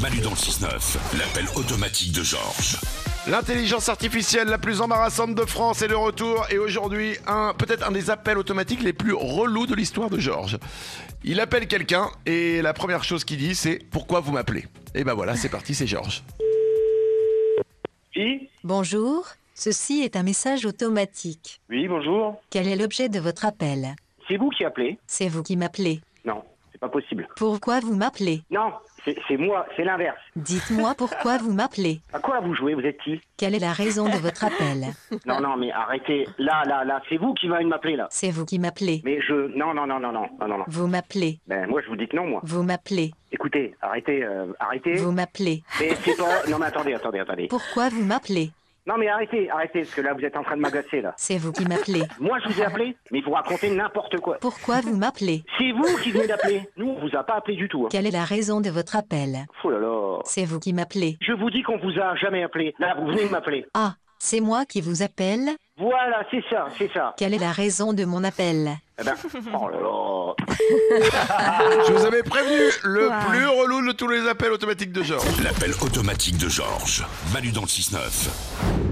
Manu dans le 6-9, l'appel automatique de Georges. L'intelligence artificielle la plus embarrassante de France est de retour et aujourd'hui, peut-être un des appels automatiques les plus relous de l'histoire de Georges. Il appelle quelqu'un et la première chose qu'il dit c'est « Pourquoi vous m'appelez ?» Et ben voilà, c'est parti, c'est Georges. Oui, Bonjour, ceci est un message automatique. oui, bonjour. Quel est l'objet de votre appel? C'est vous qui appelez? C'est vous qui m'appelez. Non, c'est pas possible. Pourquoi vous m'appelez? Non, c'est moi, c'est l'inverse. Dites-moi pourquoi vous m'appelez. À quoi vous jouez? Vous êtes qui? Quelle est la raison de votre appel? Non, mais arrêtez. Là, c'est vous qui venez de m'appeler, là. C'est vous qui m'appelez. Mais non. Vous m'appelez. Ben, moi, je vous dis que non, moi. Vous m'appelez. Écoutez, arrêtez. Vous m'appelez. Mais c'est pas... Non, mais attendez. Pourquoi vous m'appelez? Non, mais arrêtez, parce que là, vous êtes en train de m'agacer, là. C'est vous qui m'appelez. Moi, je vous ai appelé, mais vous racontez n'importe quoi. Pourquoi vous m'appelez? C'est vous qui venez d'appeler. Nous, on vous a pas appelé du tout. Hein. Quelle est la raison de votre appel? Oh là là. C'est vous qui m'appelez. Je vous dis qu'on vous a jamais appelé. Là, vous venez de m'appeler. Ah, c'est moi qui vous appelle? Voilà, c'est ça. Quelle est la raison de mon appel? Eh ben, oh là là. Je vous avais prévenu, le plus relou de tous les appels automatiques de Georges. L'appel automatique de Georges. Manu dans le 6-9.